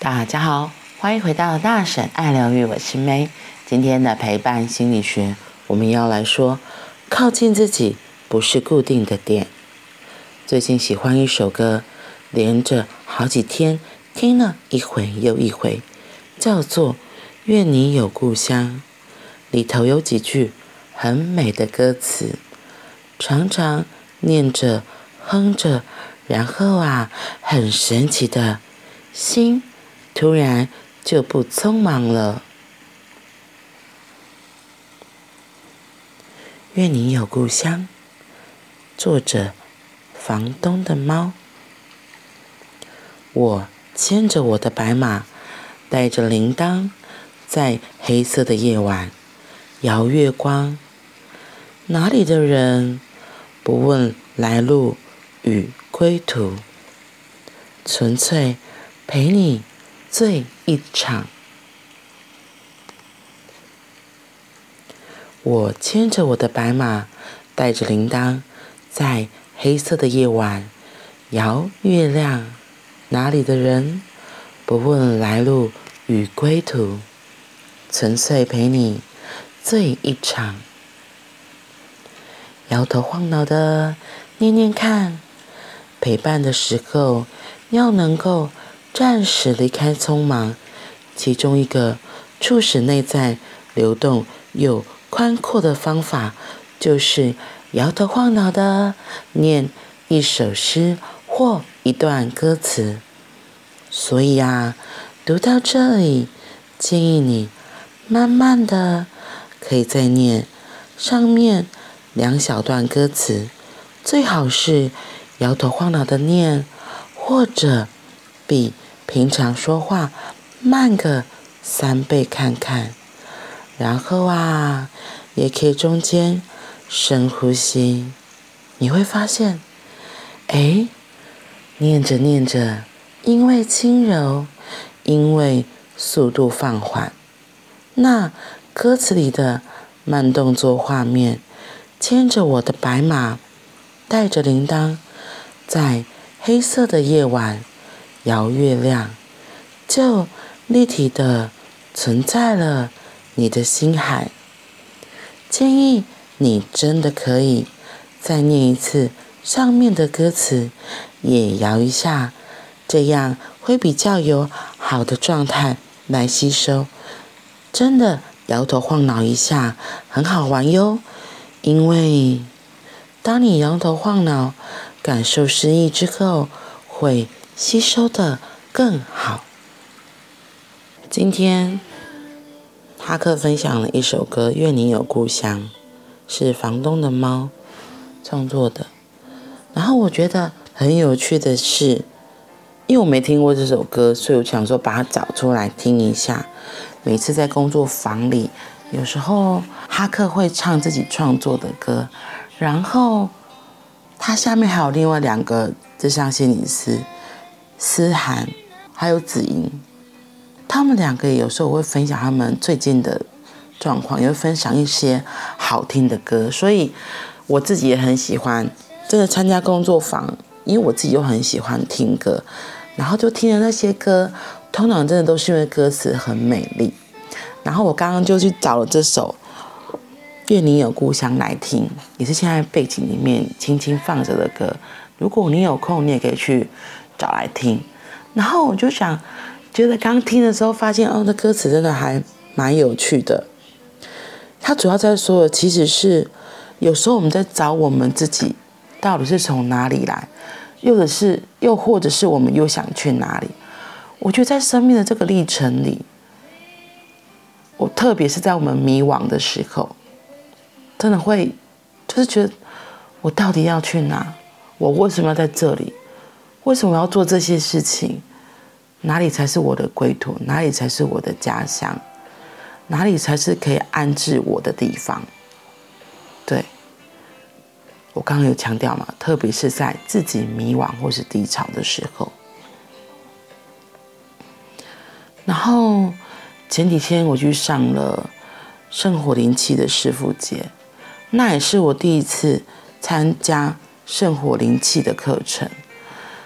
大家好，欢迎回到大婶爱疗愈，我是May。今天的陪伴心理学，我们要来说，靠近自己不是固定的点。最近喜欢一首歌，连着好几天听了一回又一回，叫做《愿你有故乡》。里头有几句很美的歌词，常常念着哼着，然后很神奇的心突然就不匆忙了。愿你有故乡，作者房东的猫。我牵着我的白马，带着铃铛，在黑色的夜晚摇月光。哪里的人不问来路与归途，纯粹陪你醉一场。我牵着我的白马，带着铃铛，在黑色的夜晚摇月亮。哪里的人不问来路与归途，纯粹陪你醉一场。摇头晃脑的念念看，陪伴的时候要能够暂时离开匆忙，其中一个促使内在流动又宽阔的方法，就是摇头晃脑的念一首诗或一段歌词。所以读到这里，建议你慢慢的可以再念上面2小段歌词，最好是摇头晃脑的念，或者比平常说话慢个3倍看看。然后也可以中间深呼吸，你会发现，念着念着，因为轻柔，因为速度放缓，那歌词里的慢动作画面，牵着我的白马，带着铃铛，在黑色的夜晚摇月亮，就立体的存在了你的心海。建议你真的可以再念一次上面的歌词，也摇一下，这样会比较有好的状态来吸收。真的摇头晃脑一下很好玩哟，因为当你摇头晃脑感受诗意之后，会吸收的更好。今天哈克分享了一首歌《愿你有故乡》，是房东的猫创作的。然后我觉得很有趣的是，因为我没听过这首歌，所以我想说把它找出来听一下。每次在工作坊里，有时候哈克会唱自己创作的歌，然后他下面还有另外2个智商心理师思涵还有子莹，他们2个有时候会分享他们最近的状况，也会分享一些好听的歌，所以我自己也很喜欢真的参加工作坊，因为我自己又很喜欢听歌，然后就听了那些歌，通常真的都是因为歌词很美丽。然后我刚刚就去找了这首《愿你有故乡》来听，也是现在背景里面轻轻放着的歌，如果你有空你也可以去找来听。然后我就想觉得刚听的时候发现那歌词真的还蛮有趣的。它主要在说的其实是有时候我们在找我们自己到底是从哪里来，又或者是我们又想去哪里。我觉得在生命的这个历程里，我特别是在我们迷惘的时候，真的会就是觉得我到底要去哪，我为什么要在这里，为什么要做这些事情，哪里才是我的归途，哪里才是我的家乡，哪里才是可以安置我的地方。对，我刚刚有强调嘛，特别是在自己迷惘或是低潮的时候。然后前几天我去上了圣火灵气的师父节，那也是我第一次参加圣火灵气的课程。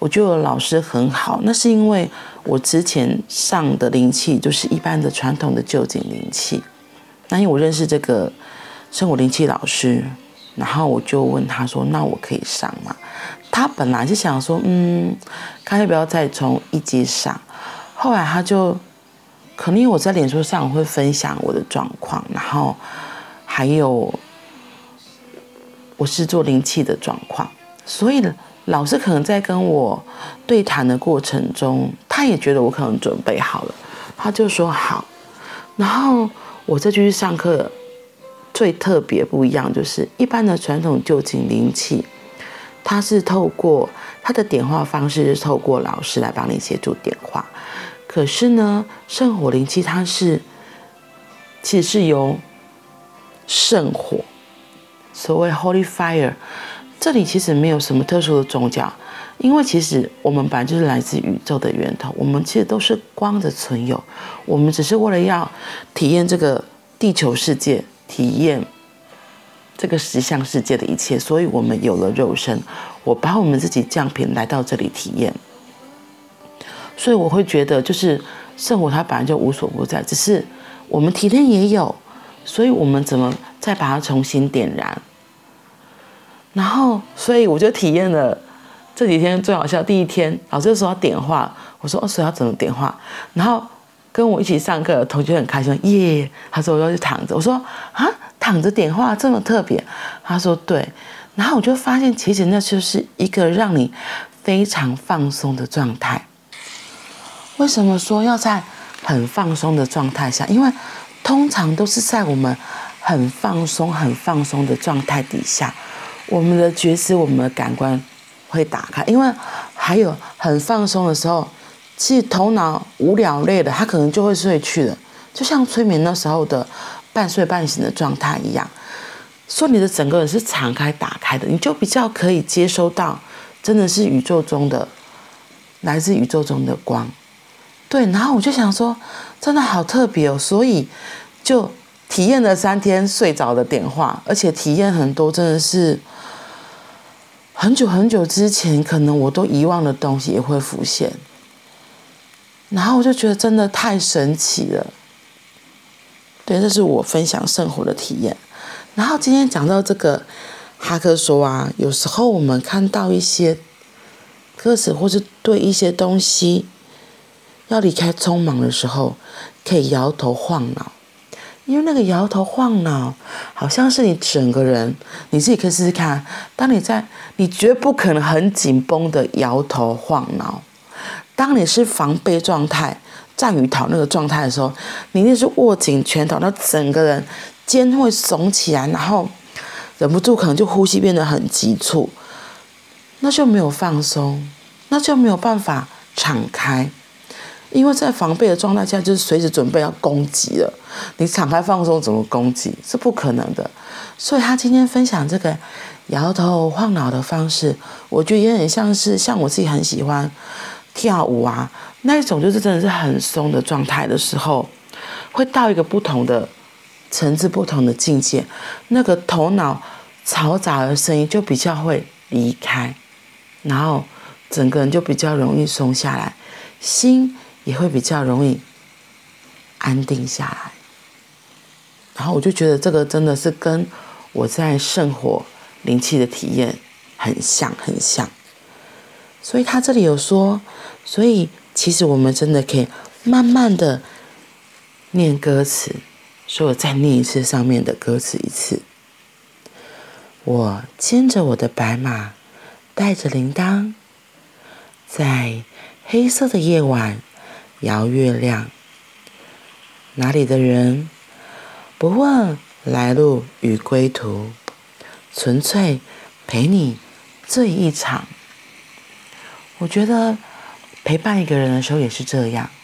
我觉得我的老师很好，那是因为我之前上的灵气就是一般的传统的臼井灵气。那因为我认识这个生活灵气老师，然后我就问他说：“那我可以上吗？”他本来是想说：“看要不要再从一阶上。”后来他就可能因为我在脸书上会分享我的状况，然后还有我是做灵气的状况，所以老师可能在跟我对谈的过程中，他也觉得我可能准备好了，他就说好。然后我再继续上课，最特别不一样就是一般的传统臼井灵气，它是透过它的点化方式是透过老师来帮你协助点化。可是呢，圣火灵气它其实是由圣火，所谓 Holy Fire， 这里其实没有什么特殊的宗教，因为其实我们本来就是来自宇宙的源头，我们其实都是光的存有，我们只是为了要体验这个地球世界，体验这个实相世界的一切，所以我们有了肉身，我把我们自己降品来到这里体验。所以我会觉得就是圣火它本来就无所不在，只是我们体验也有，所以我们怎么再把它重新点燃。然后所以我就体验了这几天最好笑，第一天老师说要点化，我说所以要怎么点化，然后跟我一起上课的同学很开心，耶，他说我要去躺着，我说啊，躺着点化这么特别，他说对，然后我就发现其实那就是一个让你非常放松的状态。为什么说要在很放松的状态下？因为通常都是在我们很放松的状态底下，我们的觉知、我们的感官会打开。因为还有很放松的时候，其实头脑无聊累了，他可能就会睡去了，就像催眠那时候的半睡半醒的状态一样。所以你的整个人是敞开、打开的，你就比较可以接收到真的是宇宙中的来自宇宙中的光。对，然后我就想说，真的好特别哦，所以就体验了3天睡着的点化，而且体验很多真的是很久很久之前可能我都遗忘的东西也会浮现，然后我就觉得真的太神奇了。对，这是我分享圣火的体验。然后今天讲到这个哈克说啊，有时候我们看到一些歌词或是对一些东西要离开匆忙的时候，可以摇头晃脑，因为那个摇头晃脑好像是你整个人，你自己可以试试看，当你觉得不可能很紧绷的摇头晃脑，当你是防备状态战与逃那个状态的时候，你一定是握紧拳头，那整个人肩会耸起来，然后忍不住可能就呼吸变得很急促，那就没有放松，那就没有办法敞开。因为在防备的状态下，就是随时准备要攻击了，你敞开放松怎么攻击？是不可能的。所以他今天分享这个摇头晃脑的方式，我觉得也很像我自己很喜欢跳舞啊，那一种就是真的是很松的状态的时候，会到一个不同的层次、不同的境界，那个头脑嘈杂的声音就比较会离开，然后整个人就比较容易松下来，心也会比较容易安定下来。然后我就觉得这个真的是跟我在圣火灵气的体验很像。所以他这里有说，所以其实我们真的可以慢慢的念歌词，所以我再念一次上面的歌词一次。我牵着我的白马，带着铃铛，在黑色的夜晚摇月亮，哪里的人不问来路与归途，纯粹陪你醉一场。我觉得陪伴一个人的时候也是这样，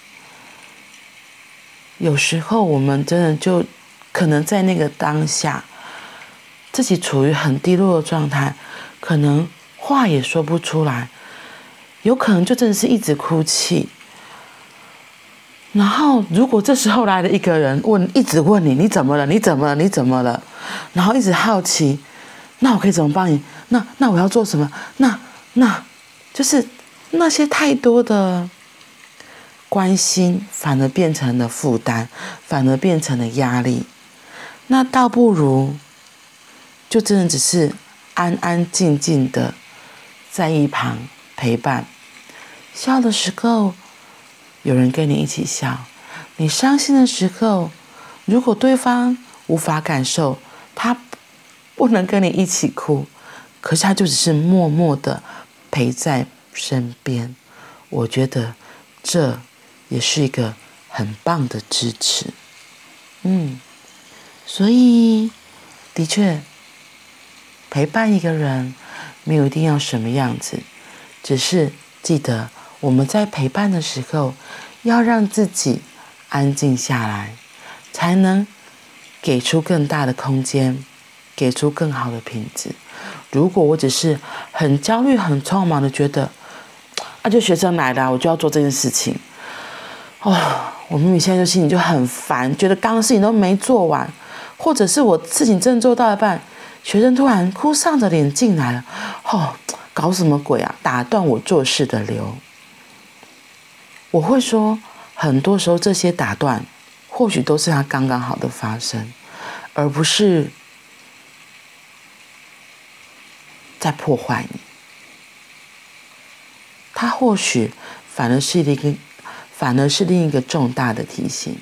有时候我们真的就可能在那个当下自己处于很低落的状态，可能话也说不出来，有可能就真的是一直哭泣。然后如果这时候来了一个人一直问你，你怎么了，然后一直好奇，那我可以怎么帮你，那我要做什么，那就是那些太多的关心，反而变成了负担，反而变成了压力。那倒不如就真的只是安安静静的在一旁陪伴。笑的时候有人跟你一起笑，你伤心的时候，如果对方无法感受，他不能跟你一起哭，可是他就只是默默的陪在身边。我觉得这也是一个很棒的支持。所以的确陪伴一个人没有一定要什么样子，只是记得我们在陪伴的时候要让自己安静下来，才能给出更大的空间，给出更好的品质。如果我只是很焦虑很匆忙的觉得就学生来了，我就要做这件事情，我明明现在就心里就很烦，觉得刚刚事情都没做完，或者是我事情正做到一半，学生突然哭丧着脸进来了，搞什么鬼啊，打断我做事的流。我会说，很多时候这些打断或许都是他刚刚好的发生，而不是在破坏你。他或许反而是另一个重大的提醒，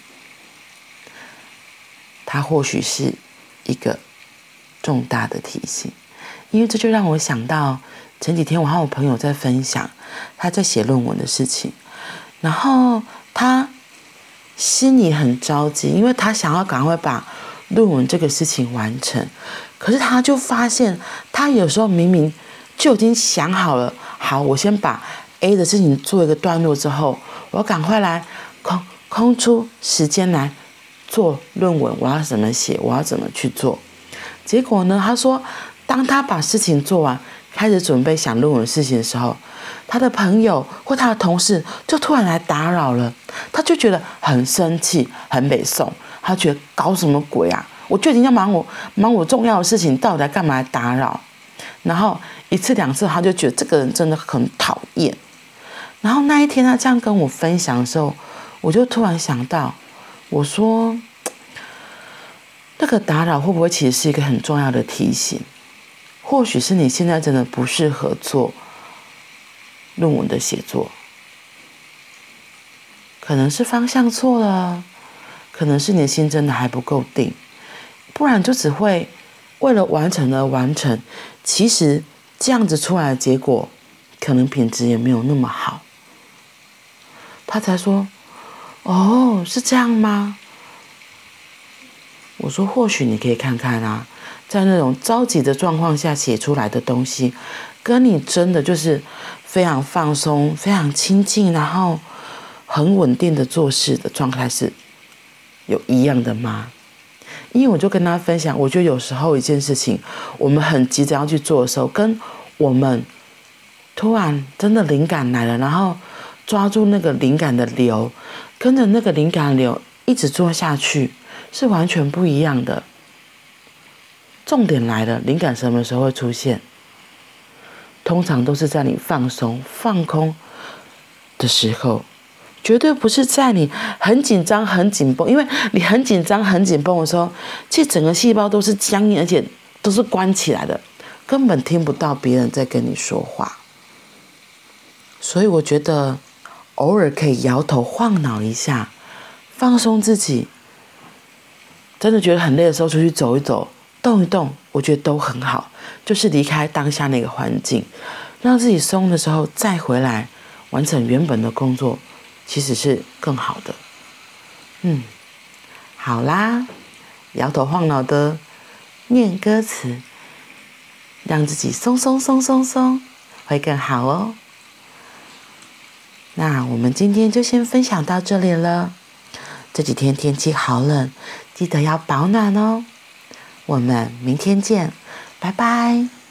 它或许是一个重大的提醒。因为这就让我想到前几天我和我朋友在分享他在写论文的事情，然后他心里很着急，因为他想要赶快把论文这个事情完成，可是他就发现他有时候明明就已经想好了，好，我先把 A 的事情做一个段落之后，我赶快来空出时间来做论文，我要怎么写，我要怎么去做。结果呢，他说当他把事情做完，开始准备想论文的事情的时候，他的朋友或他的同事就突然来打扰了，他就觉得很生气，很北宋，他觉得搞什么鬼啊，我就已经要忙我重要的事情，到底来干嘛来打扰。然后一次两次他就觉得这个人真的很讨厌。然后那一天他这样跟我分享的时候，我就突然想到，我说那个打扰会不会其实是一个很重要的提醒，或许是你现在真的不适合做论文的写作，可能是方向错了，可能是你的心真的还不够定，不然就只会为了完成而完成，其实这样子出来的结果可能品质也没有那么好。他才说是这样吗？我说或许你可以看看啊，在那种着急的状况下写出来的东西，跟你真的就是非常放松非常亲近，然后很稳定的做事的状态是有一样的吗？因为我就跟他分享，我觉得有时候一件事情我们很急着要去做的时候，跟我们突然真的灵感来了，然后抓住那个灵感的流，跟着那个灵感的流一直做下去，是完全不一样的。重点来了，灵感什么时候会出现？通常都是在你放松放空的时候，绝对不是在你很紧张很紧绷。因为你很紧张很紧绷的时候，其实整个细胞都是僵硬，而且都是关起来的，根本听不到别人在跟你说话。所以我觉得偶尔可以摇头晃脑一下，放松自己，真的觉得很累的时候出去走一走动一动，我觉得都很好，就是离开当下那个环境，让自己松的时候再回来完成原本的工作，其实是更好的。好啦，摇头晃脑的念歌词，让自己松松松松松会更好哦。那我们今天就先分享到这里了。这几天天气好冷，记得要保暖哦。我们明天见，拜拜。